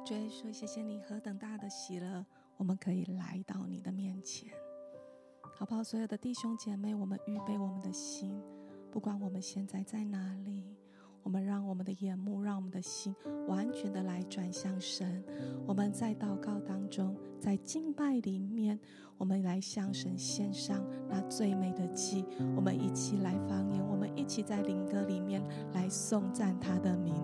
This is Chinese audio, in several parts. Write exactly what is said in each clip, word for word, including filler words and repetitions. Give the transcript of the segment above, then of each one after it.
主耶稣，谢谢你何等大的喜乐，我们可以来到你的面前，好不好？所有的弟兄姐妹，我们预备我们的心，不管我们现在在哪里，我们让我们的眼目，让我们的心完全的来转向神。我们在祷告当中，在敬拜里面，我们来向神献上那最美的祭。我们一起来方言，我们一起在灵歌里面来颂赞他的名。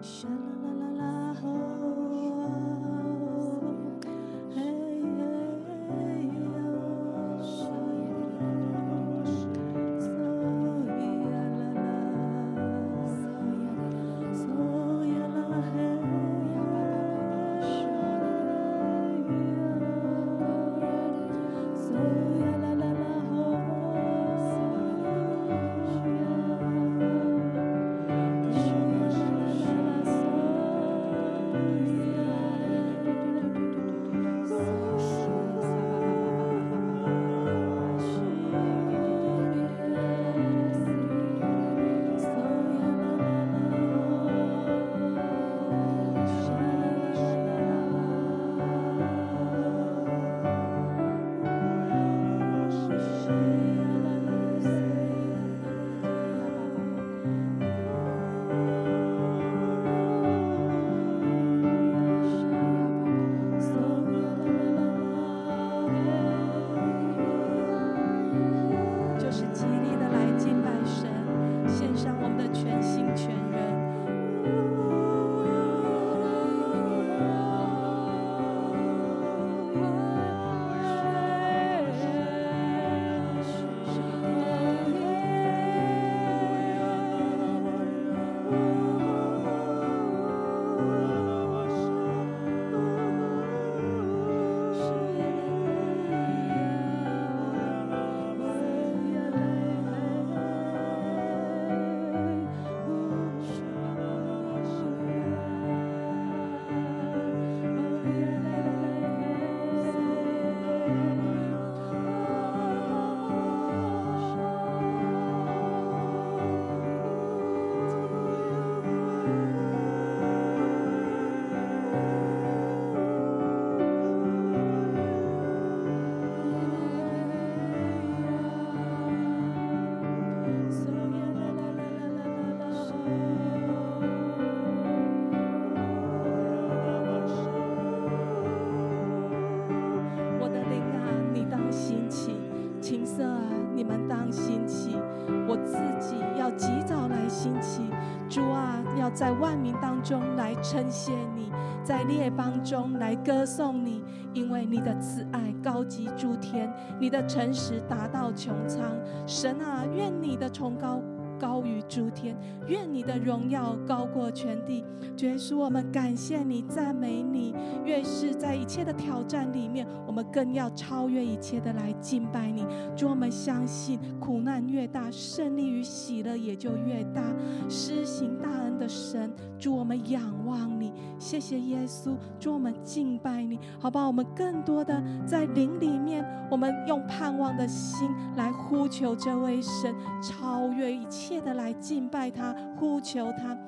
在万民当中来称谢你，在列邦中来歌颂你，因为你的慈爱高及诸天，你的诚实达到穹苍。神啊，愿你的崇高高于诸天，愿你的荣耀高过全地。主耶稣，我们感谢你，赞美你。越是在一切的挑战里面，我们更要超越一切的来敬拜你。主，我们相信苦难越大，胜利与喜乐也就越大。施行大恩的神，主，我们仰望你。谢谢耶稣。主，我们敬拜你，好不好？我们更多的在灵里面，我们用盼望的心来呼求这位神，超越一切的来敬拜他，呼求他。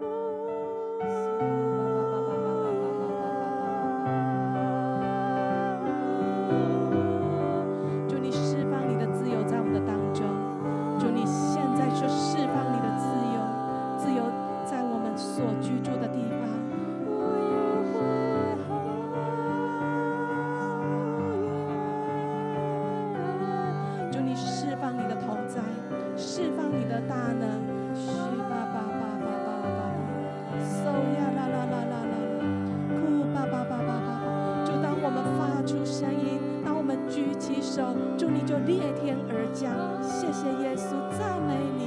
主，你释放你的自由在我们的当中。主，你现在就释放你的自由，自由在我们所居住的地方。主，你释放你的同在，释放你的大能。主，当我们发出声音，当我们举起手，主，你就裂天而降。谢谢耶稣，赞美你。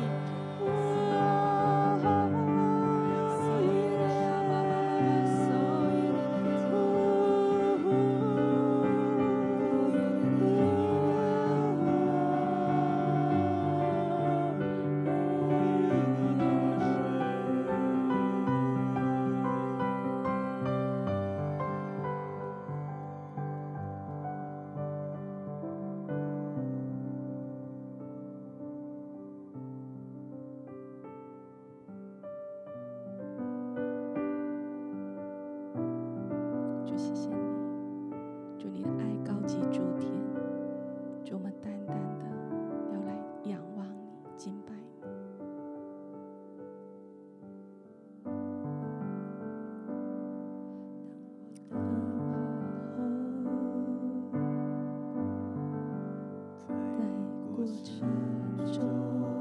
沉重，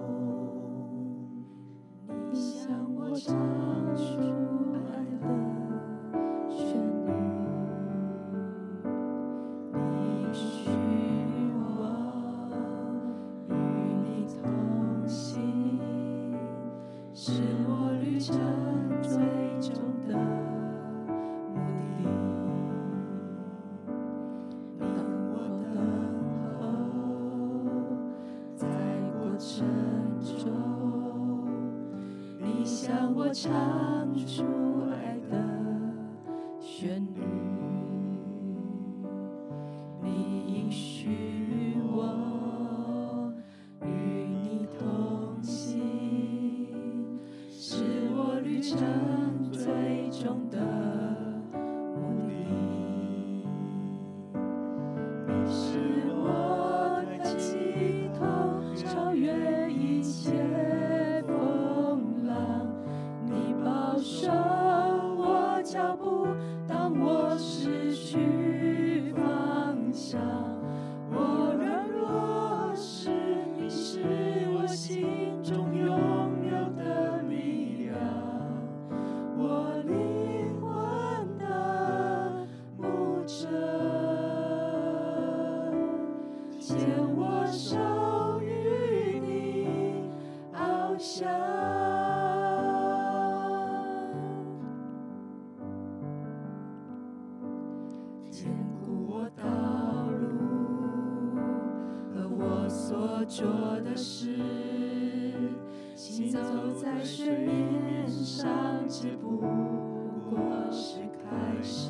你向我唱出爱的旋律，你许我与你同行，是我旅程最终的目的。当我等候在过程中，你向我唱出爱的旋律，你应许我与你同行，是我旅程最终的目的。你是我的寄托，超越一切风浪。你保守我脚步，当我失去方向。我软弱时，你是我心中拥有的力量。我灵魂的牧者，牵我手与你翱翔，坚固我道路和我所做的事，行走在水面上，只不过是开始。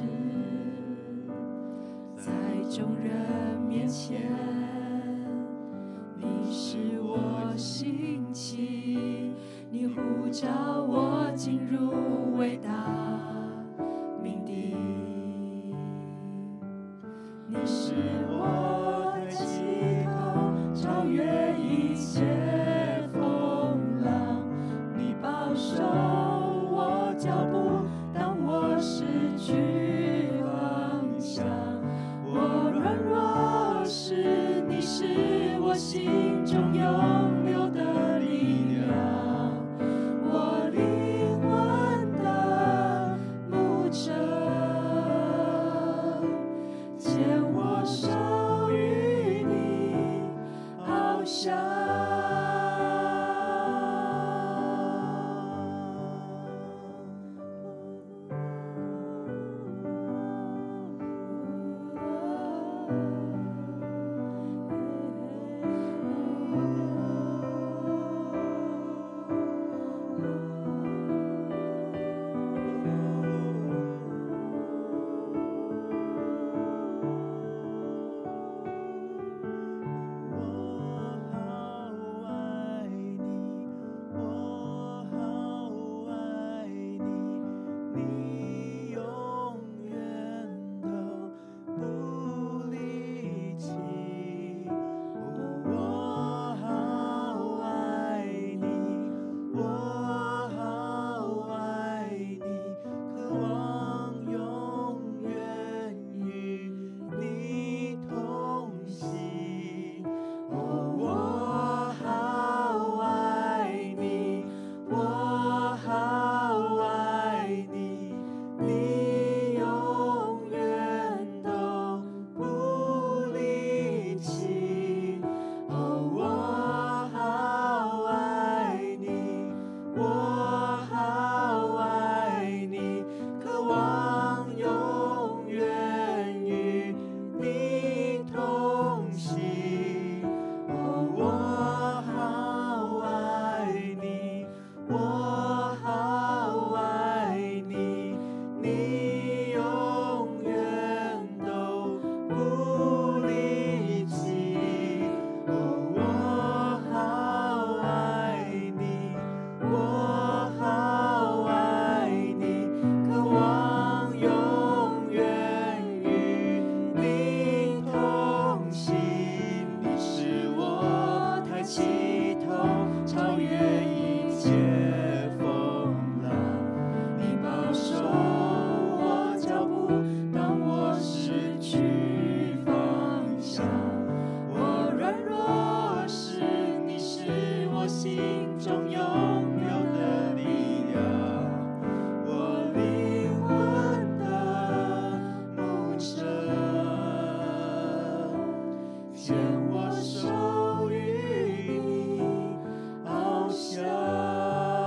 在众人面前，你是我兴起，你呼召我进入伟大命定。你是我的寄托，超越一切风浪。你保守我脚步，当我失去方向。我软弱时，你是我心中拥有的力量。我灵魂的牧者，牵我手与你翱翔。 见我手与你翱翔。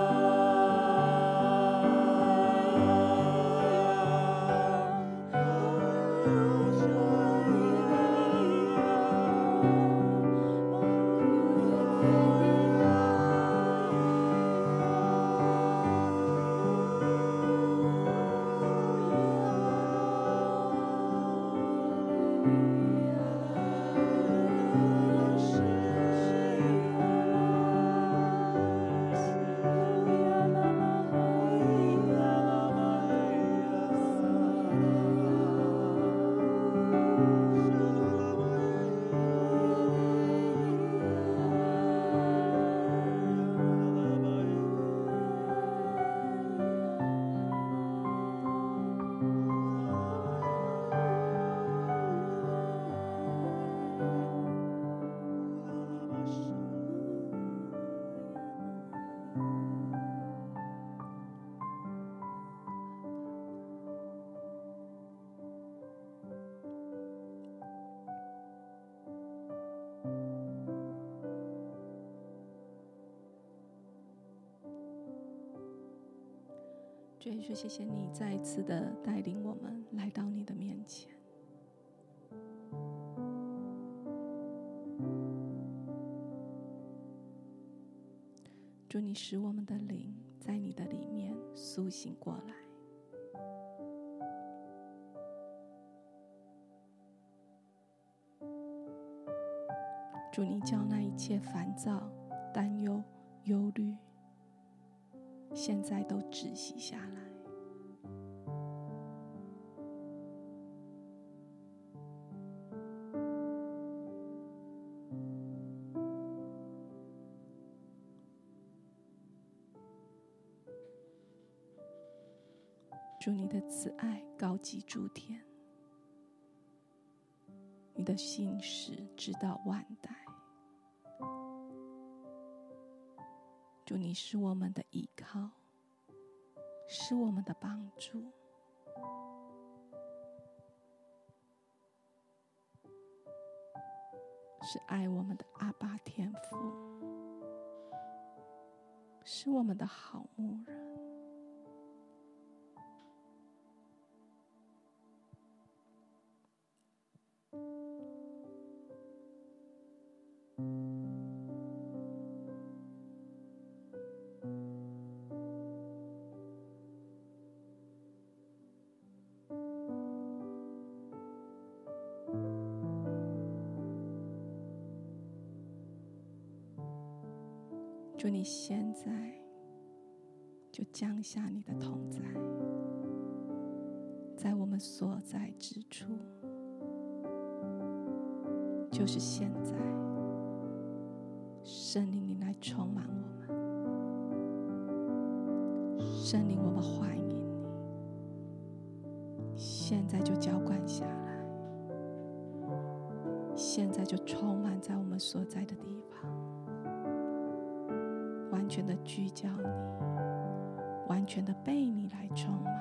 主耶稣，谢谢你再一次的带领我们来到你的面前。主，你使我们的灵在你的里面苏醒过来。主，你叫那一切烦躁、担忧、忧虑现在都止息下来。主，你的慈爱高及诸天，你的信实直到万代。主，你是我们的依靠，是我们的帮助，是爱我们的阿爸天父，是我们的好牧人。主，你现在就降下你的同在，在我们所在之处，就是现在。圣灵，你来充满我们，圣灵，我们欢迎你，现在就浇灌下来，现在就充满在我们所在的地方，完全的聚焦你，完全的被你来充满。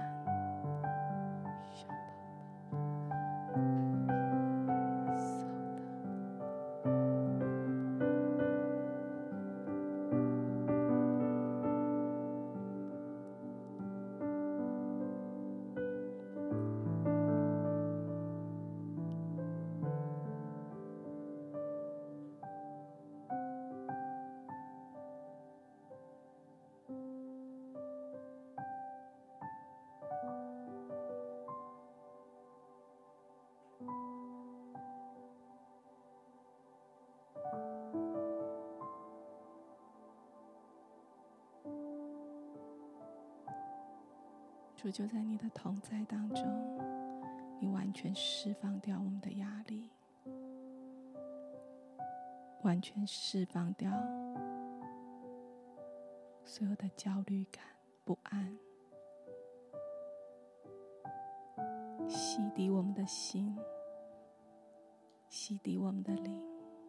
主，就在你的同在当中，你完全释放掉我们的压力，完全释放掉所有的焦虑感、不安，洗涤我们的心，洗涤我们的灵。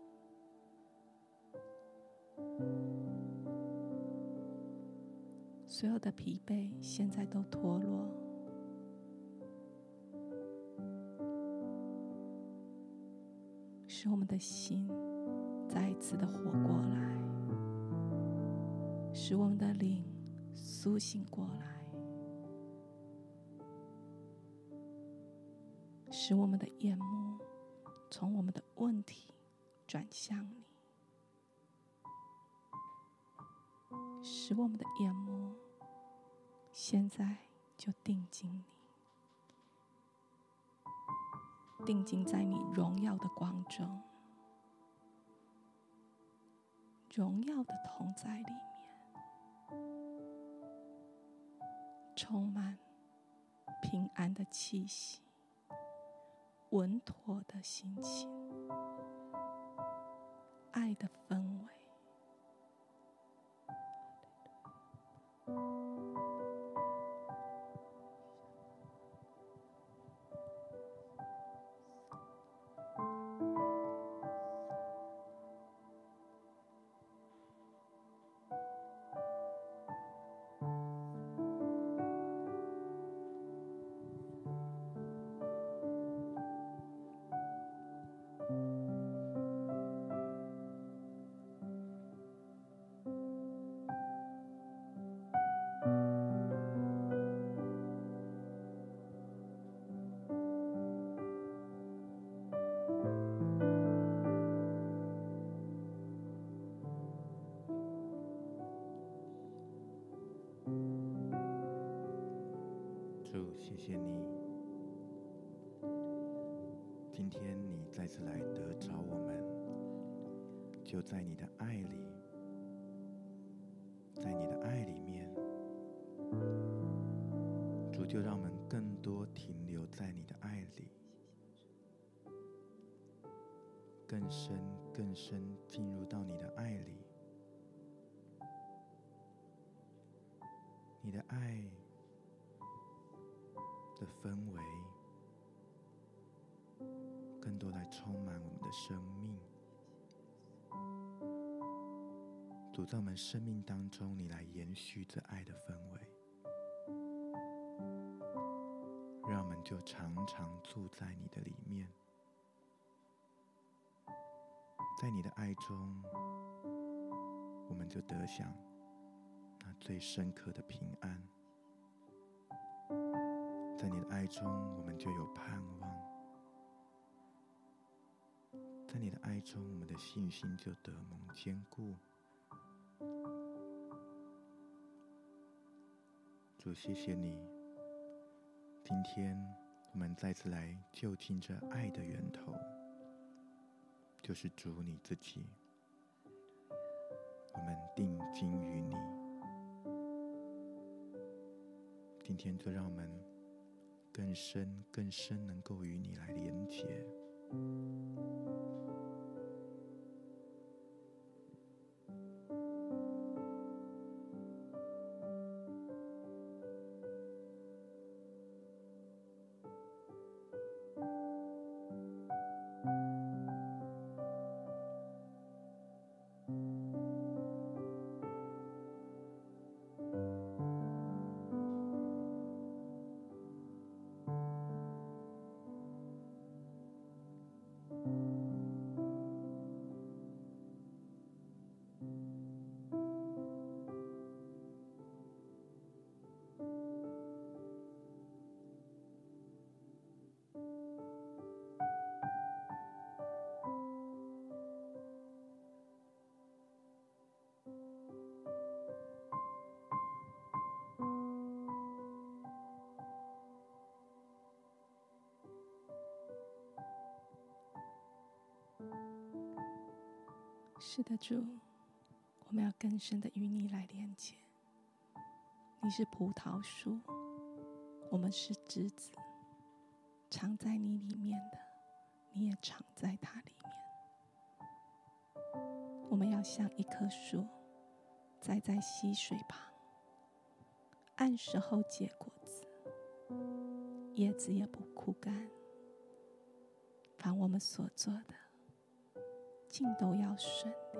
所有的疲惫现在都脱落， 使我们的心再一次的活过来，使我们的灵苏醒过来，使我们的眼目从我们的问题转向你，使我们的眼目现在就定睛你，定睛在你荣耀的光中，荣耀的同在里面，充满平安的气息，稳妥的心情，爱的氛围。 主，谢谢你，今天你再次来得着我们，就在你的爱里，在你的爱里面，主就让我们更多停留在你的爱里，更深更深进入到你的爱里，你的爱的氛围更多来充满我们的生命。主，在我们生命当中，你来延续这爱的氛围，让我们就常常住在你的里面，在你的爱中，我们就得享那最深刻的平安。在你的爱中，我们就有盼望；在你的爱中，我们的信心就得蒙坚固。主，谢谢你，今天我们再次来就近这爱的源头，就是主你自己。我们定睛于你，今天就让我们更深更深能够与你来连结。 是的，主，我们要更深的与你来连接。你是葡萄树，我们是枝子，藏在你里面的，你也藏在它里面。我们要像一棵树，栽在溪水旁，按时候结果子，叶子也不枯干。凡我们所做的，尽都要顺利。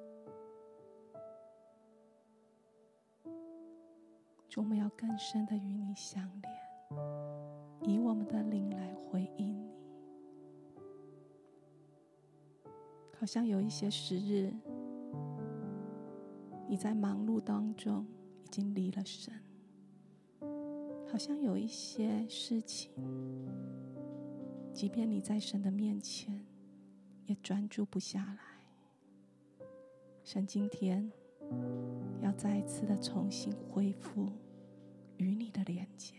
主，我们要更深的与你相连，以我们的灵来回应你。 好像有一些时日，你在忙碌当中已经离了神，好像有一些事情，即便你在神的面前，也专注不下来。神今天要再一次的重新恢复与你的连接。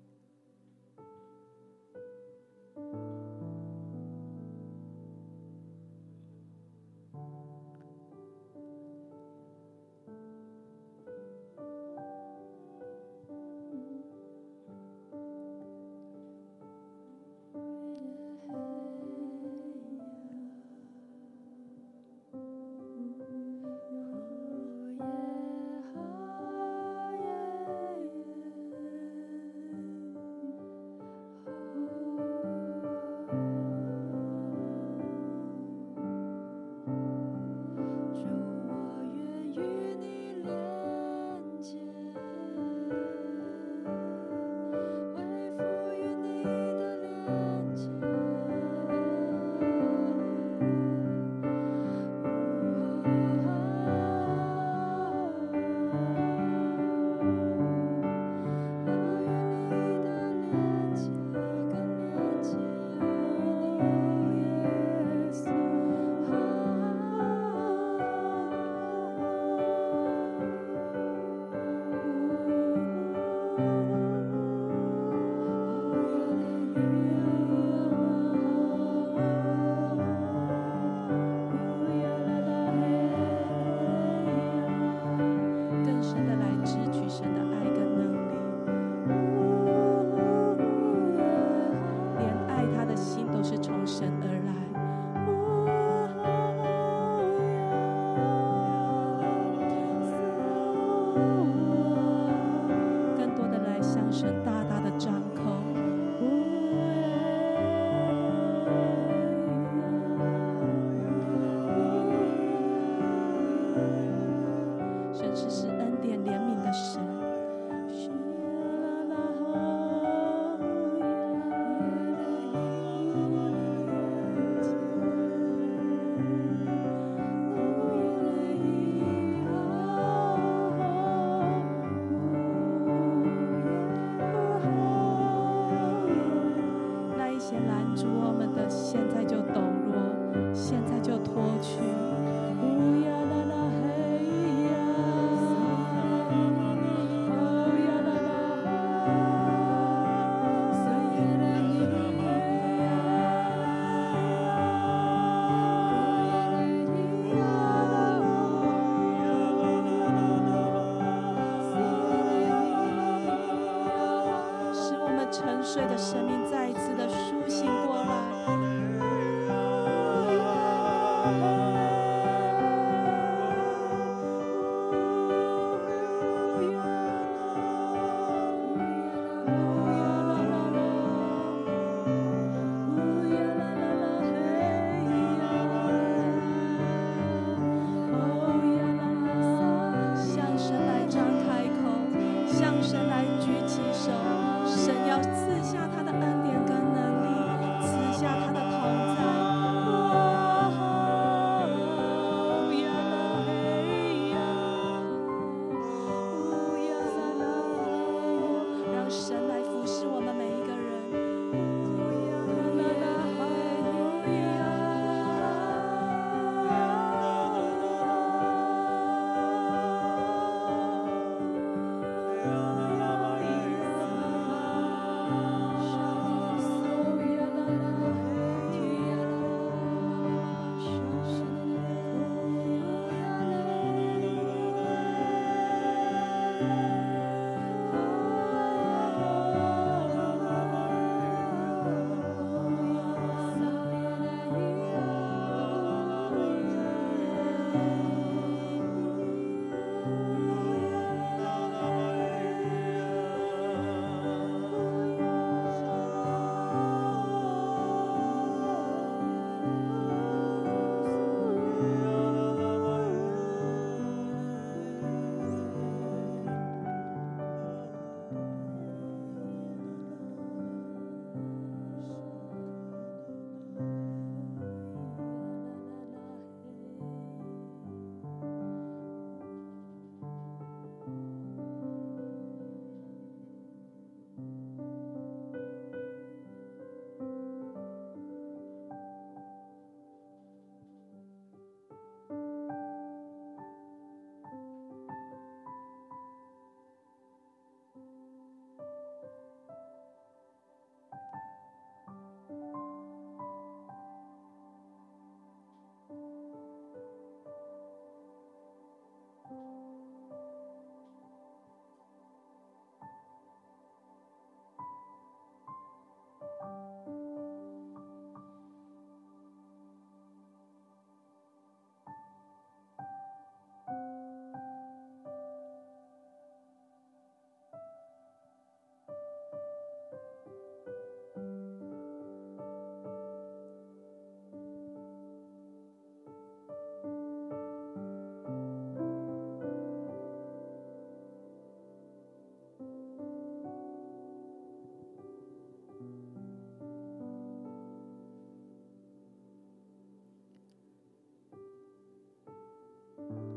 沉睡的生命再一次的苏醒过来。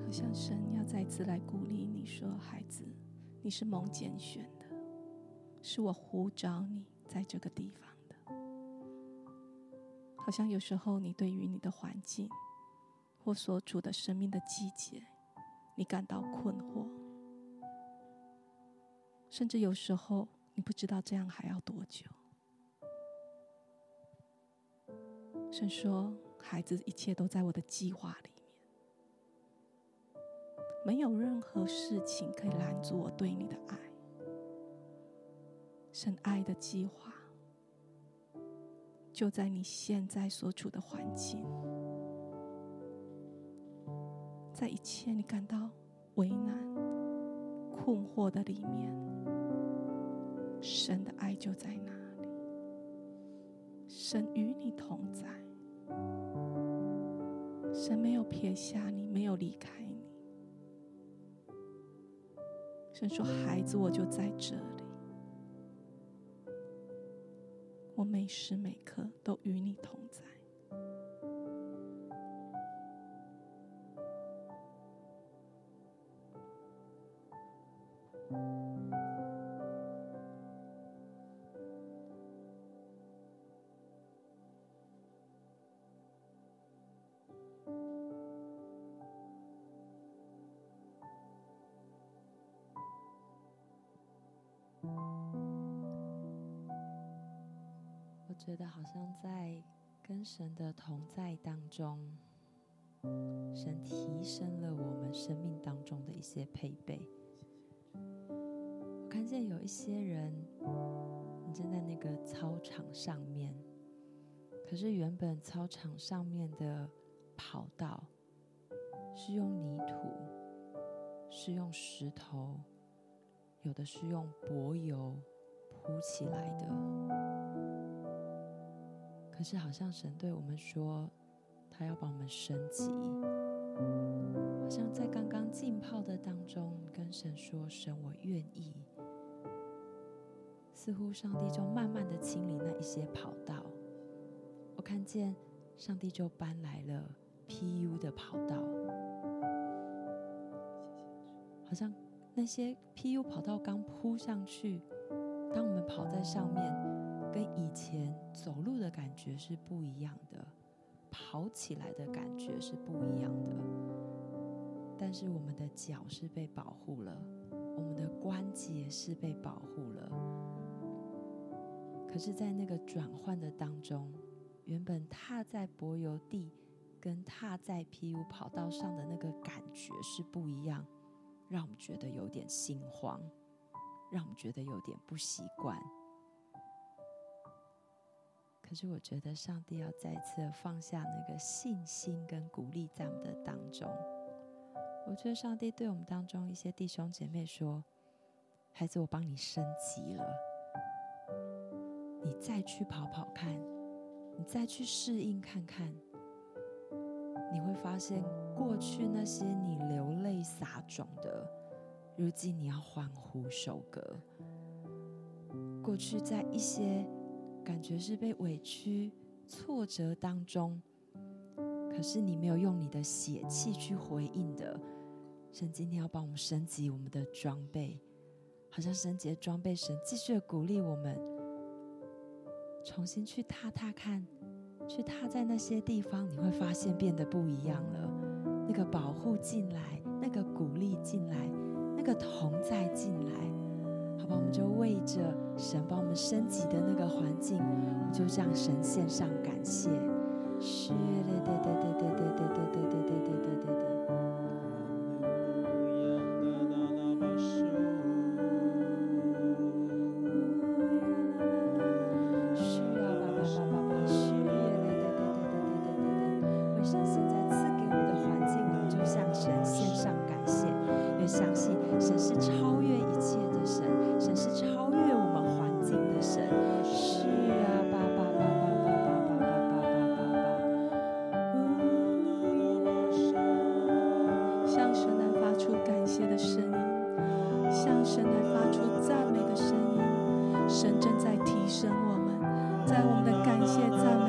好像神要再次来鼓励你说，孩子，你是蒙拣选的，是我呼召你在这个地方的。好像有时候你对于你的环境或所处的生命的季节，你感到困惑，甚至有时候你不知道这样还要多久。神说，孩子，一切都在我的计划里面，没有任何事情可以拦阻我对你的爱。神爱的计划就在你现在所处的环境，在一切你感到为难困惑的里面，神的爱就在那里，神与你同在，神没有撇下你，没有离开你。神说，孩子，我就在这里，我每时每刻都与你同在。 我觉得好像在跟神的同在当中，神提升了我们生命当中的一些配备。我看见有一些人，你正在那个操场上面，可是原本操场上面的跑道是用泥土，是用石头，有的是用柏油铺起来的。可是好像神对我们说，他要帮我们升级。好像在刚刚浸泡的当中跟神说，神我愿意。似乎上帝就慢慢的清理那一些跑道，我看见上帝就搬来了 P U 的跑道。好像那些 P U 跑道刚铺上去，当我们跑在上面，跟以前走路的感觉是不一样的，跑起来的感觉是不一样的。但是我们的脚是被保护了，我们的关节是被保护了。可是在那个转换的当中，原本踏在柏油地跟踏在 P U 跑道上的那个感觉是不一样，让我们觉得有点心慌，让我们觉得有点不习惯。可是我觉得上帝要再次放下那个信心跟鼓励在我们的当中。我觉得上帝对我们当中一些弟兄姐妹说，孩子，我帮你升级了，你再去跑跑看，你再去适应看看，你会发现过去那些你流泪撒种的，如今你要欢呼收割。过去在一些感觉是被委屈挫折当中，可是你没有用你的血气去回应的，神今天要帮我们升级我们的装备，好像升级的装备，神继续的鼓励我们重新去踏踏看，去踏在那些地方，你会发现变得不一样了。那个保护进来，那个鼓励进来，那个同在进来，好吧，我们就为着神帮我们升级的那个环境，我们就向神献上感谢。是嘞，对对对对对对对对对对对对对对。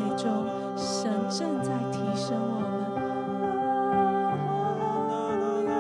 神正在提升我们。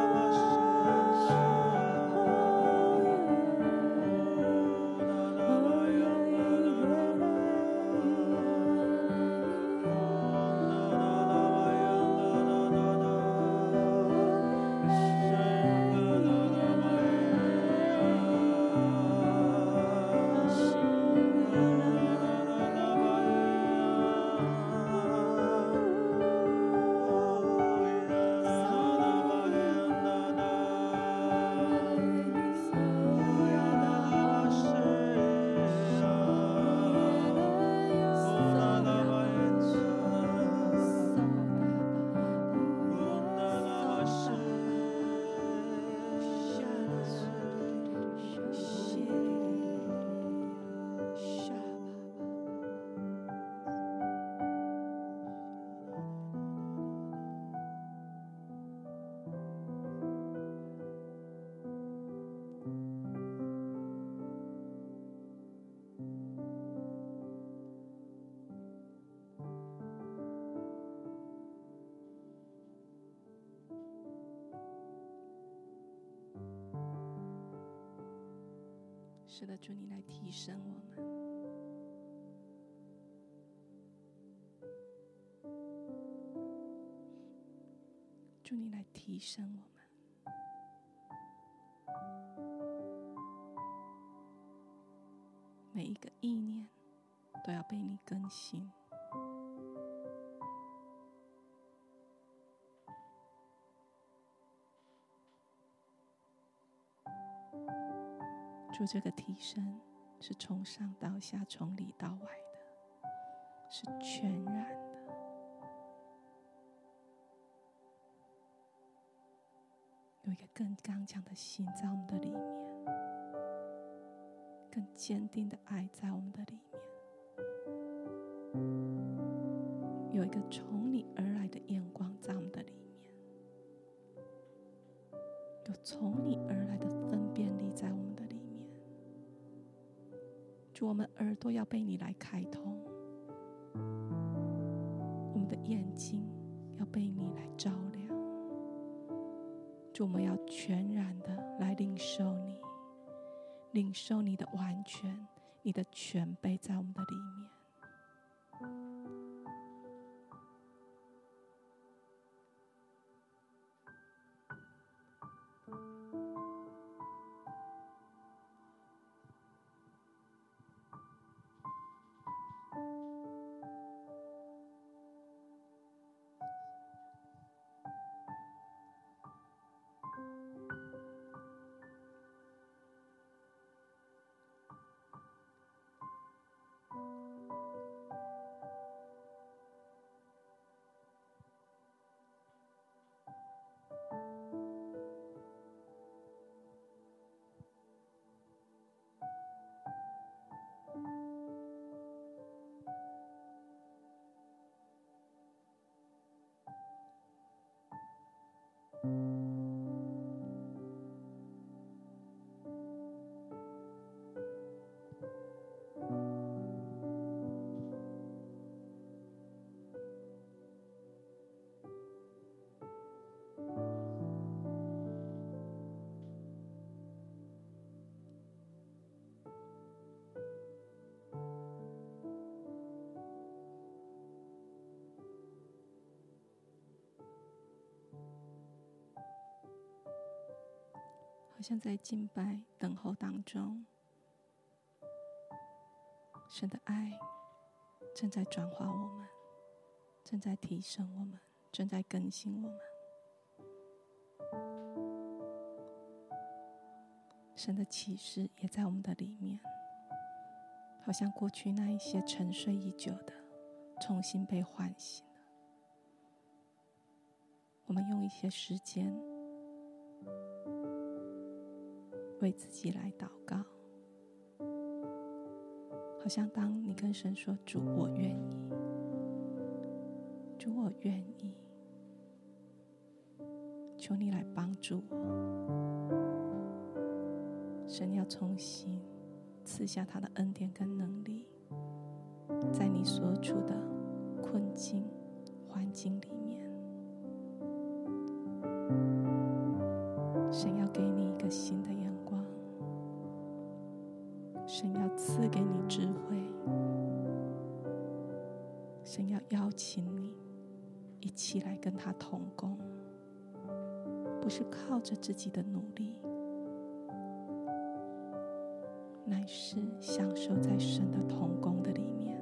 是的，主，你来提升我们。主，你来提升我们。每一个意念都要被你更新。主，这个提升是从上到下，从里到外的，是全然的。有一个更刚强的心在我们的里面，更坚定的爱在我们的里面，有一个从你而来的眼光在我们的里面，有从你而来的分辨力在我们的里面。主，我们耳朵要被你来开通，我们的眼睛要被你来照亮。主，我们要全然的来领受你，领受你的完全，你的全备在我们的里面。好像在敬拜等候当中，神的爱正在转化我们，正在提升我们，正在更新我们。神的启示也在我们的里面，好像过去那一些沉睡已久的重新被唤醒了。我们用一些时间为自己来祷告，好像当你跟神说，主，我愿意，主，我愿意，求你来帮助我。神要重新赐下他的恩典跟能力，在你所处的困境环境里面，神要给你一个新的眼光，神要赐给你智慧，神要邀请你一起来跟他同工，不是靠着自己的努力，乃是享受在神的同工的里面。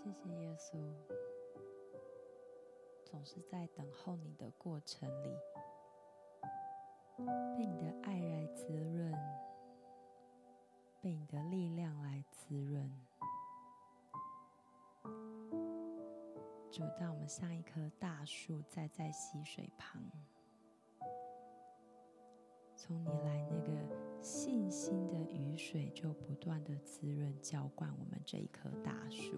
谢谢耶稣，总是在等候你的过程里，被你的爱来滋润，被你的力量来滋润。主，当我们像一棵大树栽在溪水旁，从你来那个信心的雨水就不断的滋润浇灌我们这一棵大树。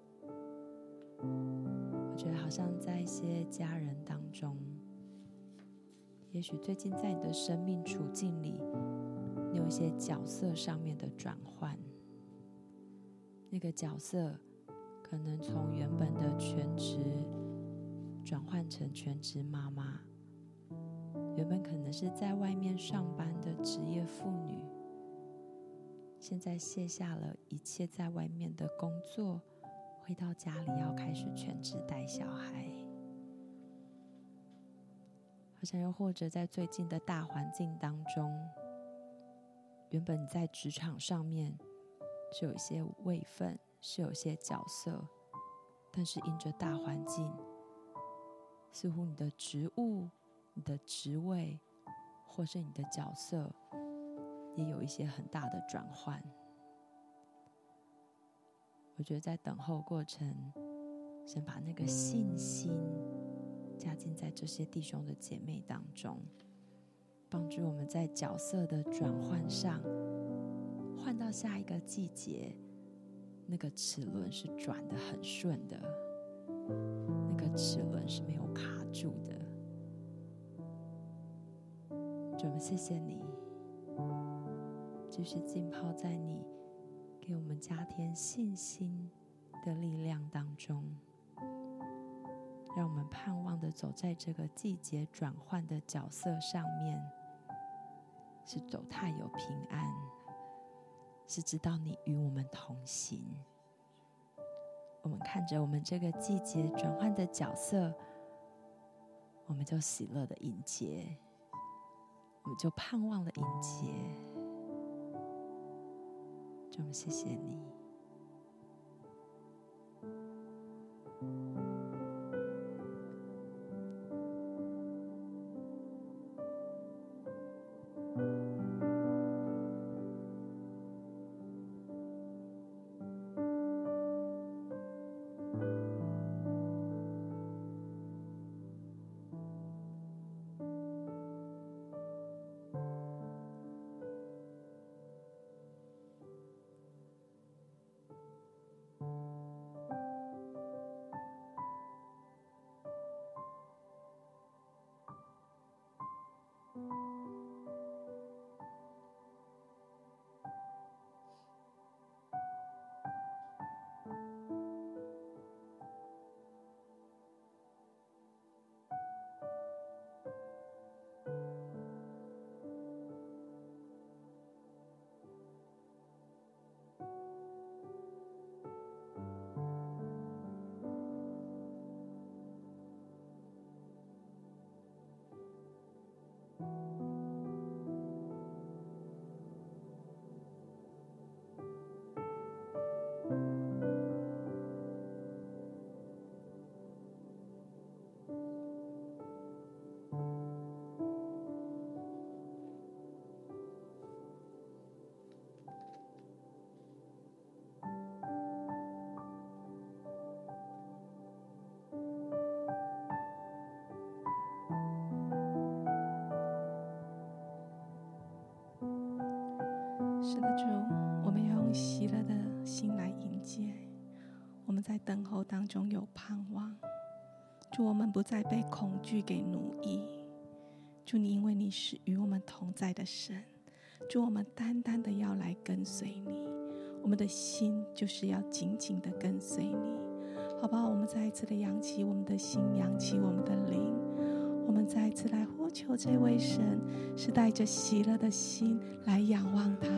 我觉得好像在一些家人当中，也许最近在你的生命处境里，你有一些角色上面的转换。那个角色可能从原本的全职转换成全职妈妈，原本可能是在外面上班的职业妇女，现在卸下了一切在外面的工作，回到家里要开始全职带小孩。好像又或者在最近的大环境当中，原本你在职场上面是有一些位分，是有一些角色，但是因着大环境，似乎你的职务、你的职位或是你的角色也有一些很大的转换。我觉得在等候过程，先把那个信心加进在这些弟兄的姐妹当中，帮助我们在角色的转换上，换到下一个季节，那个齿轮是转得很顺的，那个齿轮是没有卡住的。主，我们谢谢你，继续浸泡在你给我们加添信心的力量当中，让我们盼望的走在这个季节转换的角色上面，是走太有平安，是知道你与我们同行。我们看着我们这个季节转换的角色，我们就喜乐的迎接，我们就盼望的迎接。主，我们谢谢你。 是的，主，我们要用喜乐的心来迎接。我们在等候当中有盼望。主，我们不再被恐惧给奴役。主，你因为你是与我们同在的神。主，我们单单的要来跟随你，我们的心就是要紧紧的跟随你，好不好？我们再一次的扬起我们的心，扬起我们的灵，我们再一次来呼求这位神，是带着喜乐的心来仰望他。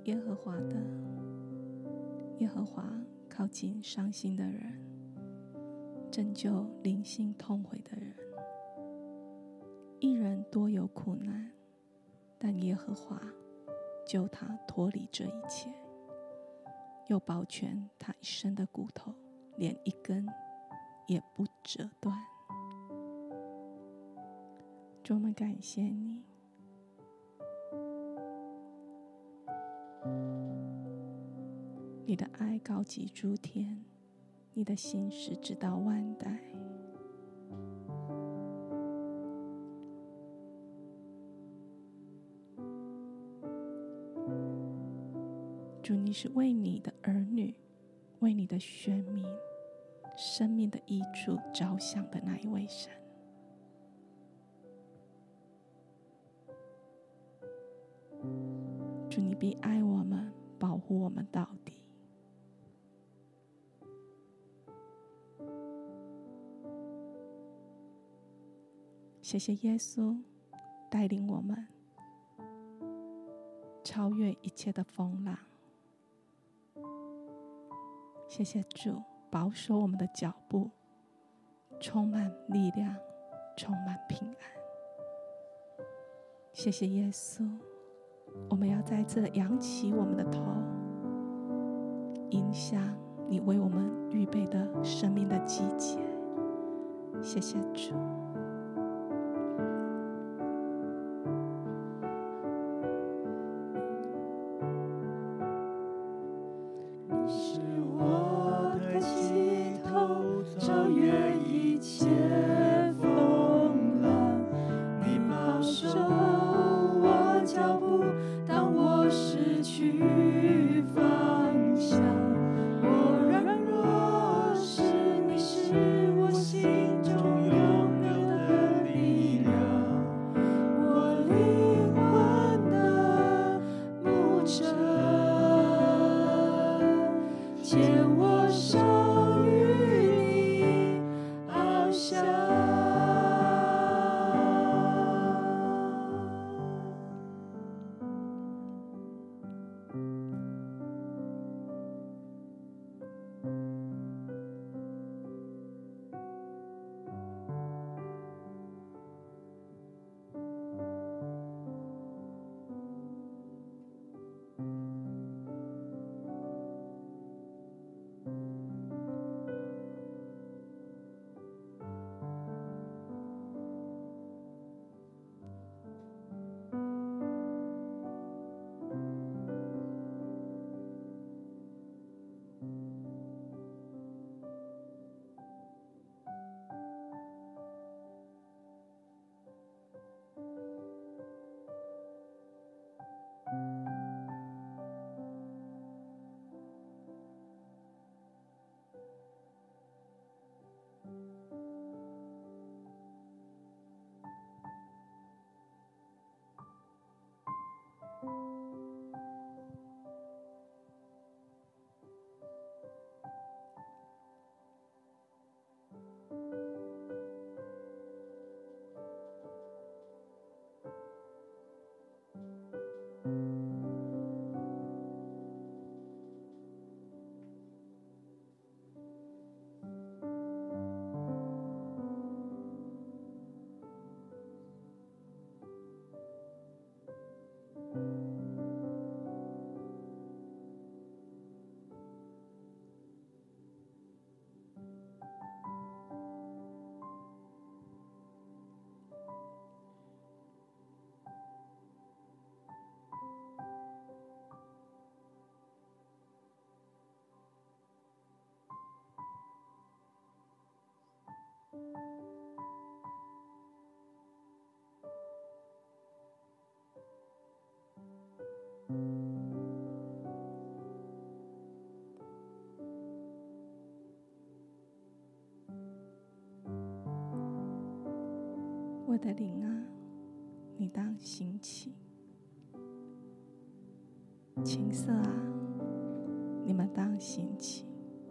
耶和华的，耶和华靠近伤心的人，拯救灵性痛悔的人。一人多有苦难，但耶和华救他脱离这一切，又保全他一生的骨头，连一根也不折断。主，我们感谢你，你的爱高及诸天，你的信实直到万代。主，你是为你的儿女，为你的选民生命的益处着想的那一位神。主，你必爱我们，保护我们到底。谢谢耶稣带领我们超越一切的风浪。谢谢主保守我们的脚步，充满力量，充满平安。谢谢耶稣，我们要再次的扬起我们的头，迎向你为我们预备的生命的季节。谢谢主。我的灵啊，你当兴起；琴瑟啊，你们当兴起。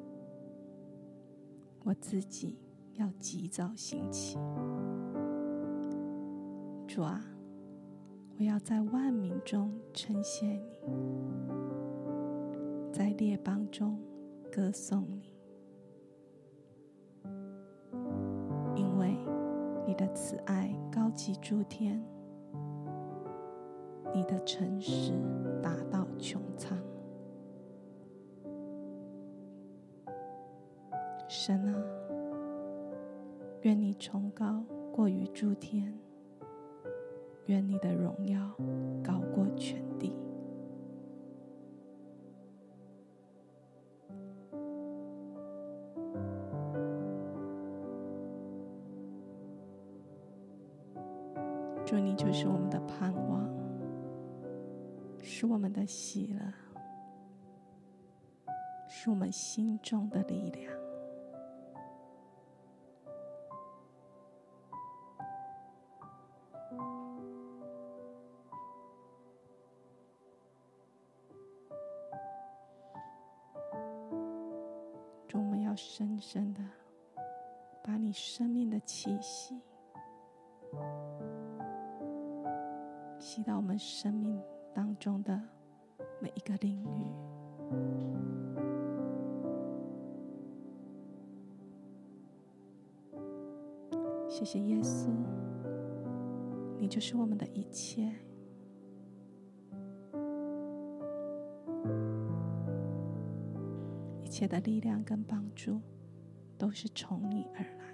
我自己要及早兴起。主啊， 我要在万民中称谢你，在列邦中歌颂你，因为你的慈爱高及诸天，你的诚实达到穹苍。神啊，愿你崇高过于诸天，愿你的荣耀高过全地。主，你就是我们的盼望，是我们的喜乐，是我们心中的力量。主，我们要深深的把你生命的气息吸到我们生命当中的每一个领域。谢谢耶稣，你就是我们的一切。一切的力量跟帮助都是从你而来。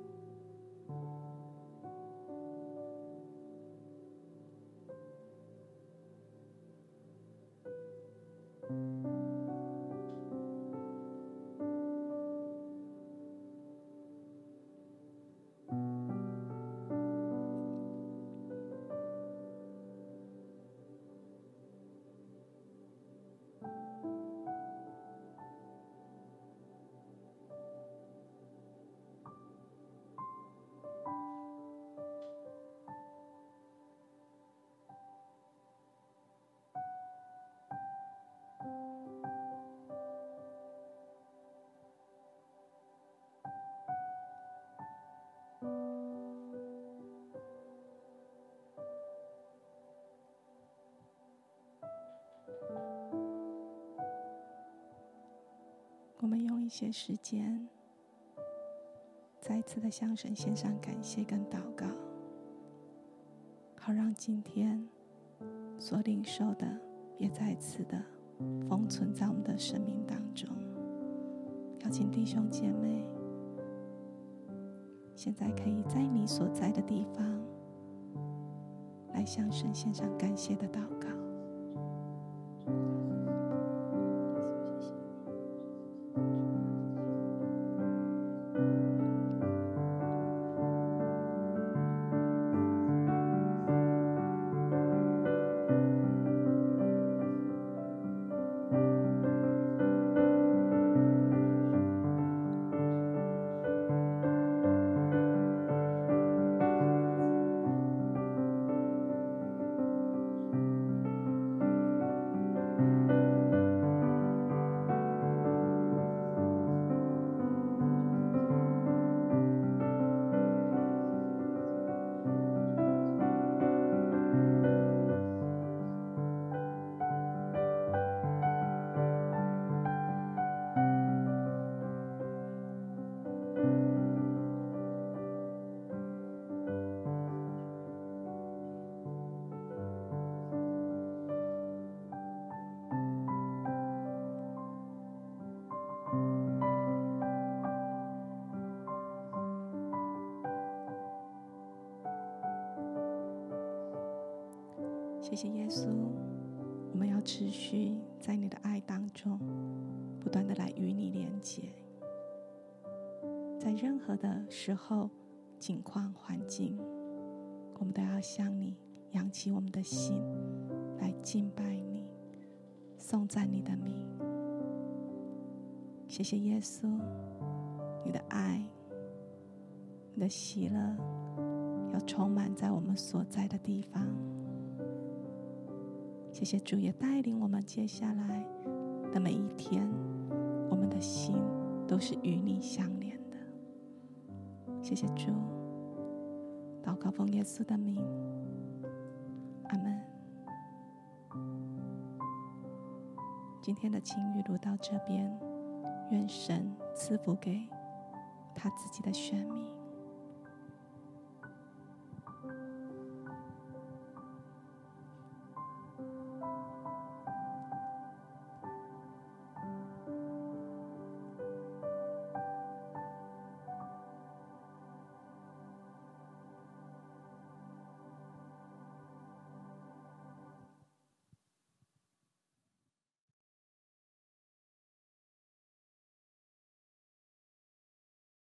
我们用一些时间再一次的向神献上感谢跟祷告，好让今天所领受的也再一次的封存在我们的生命当中。邀请弟兄姐妹现在可以在你所在的地方来向神献上感谢的祷告。谢谢耶稣，我们要持续在你的爱当中不断的来与你连结，在任何的时候境况环境，我们都要向你扬起我们的心来敬拜你，颂赞你的名。谢谢耶稣，你的爱你的喜乐要充满在我们所在的地方。谢谢主也带领我们接下来的每一天，我们的心都是与你相连的。谢谢主，祷告奉耶稣的名，阿们。 今天的情语录到这边，愿神赐福给他自己的选民。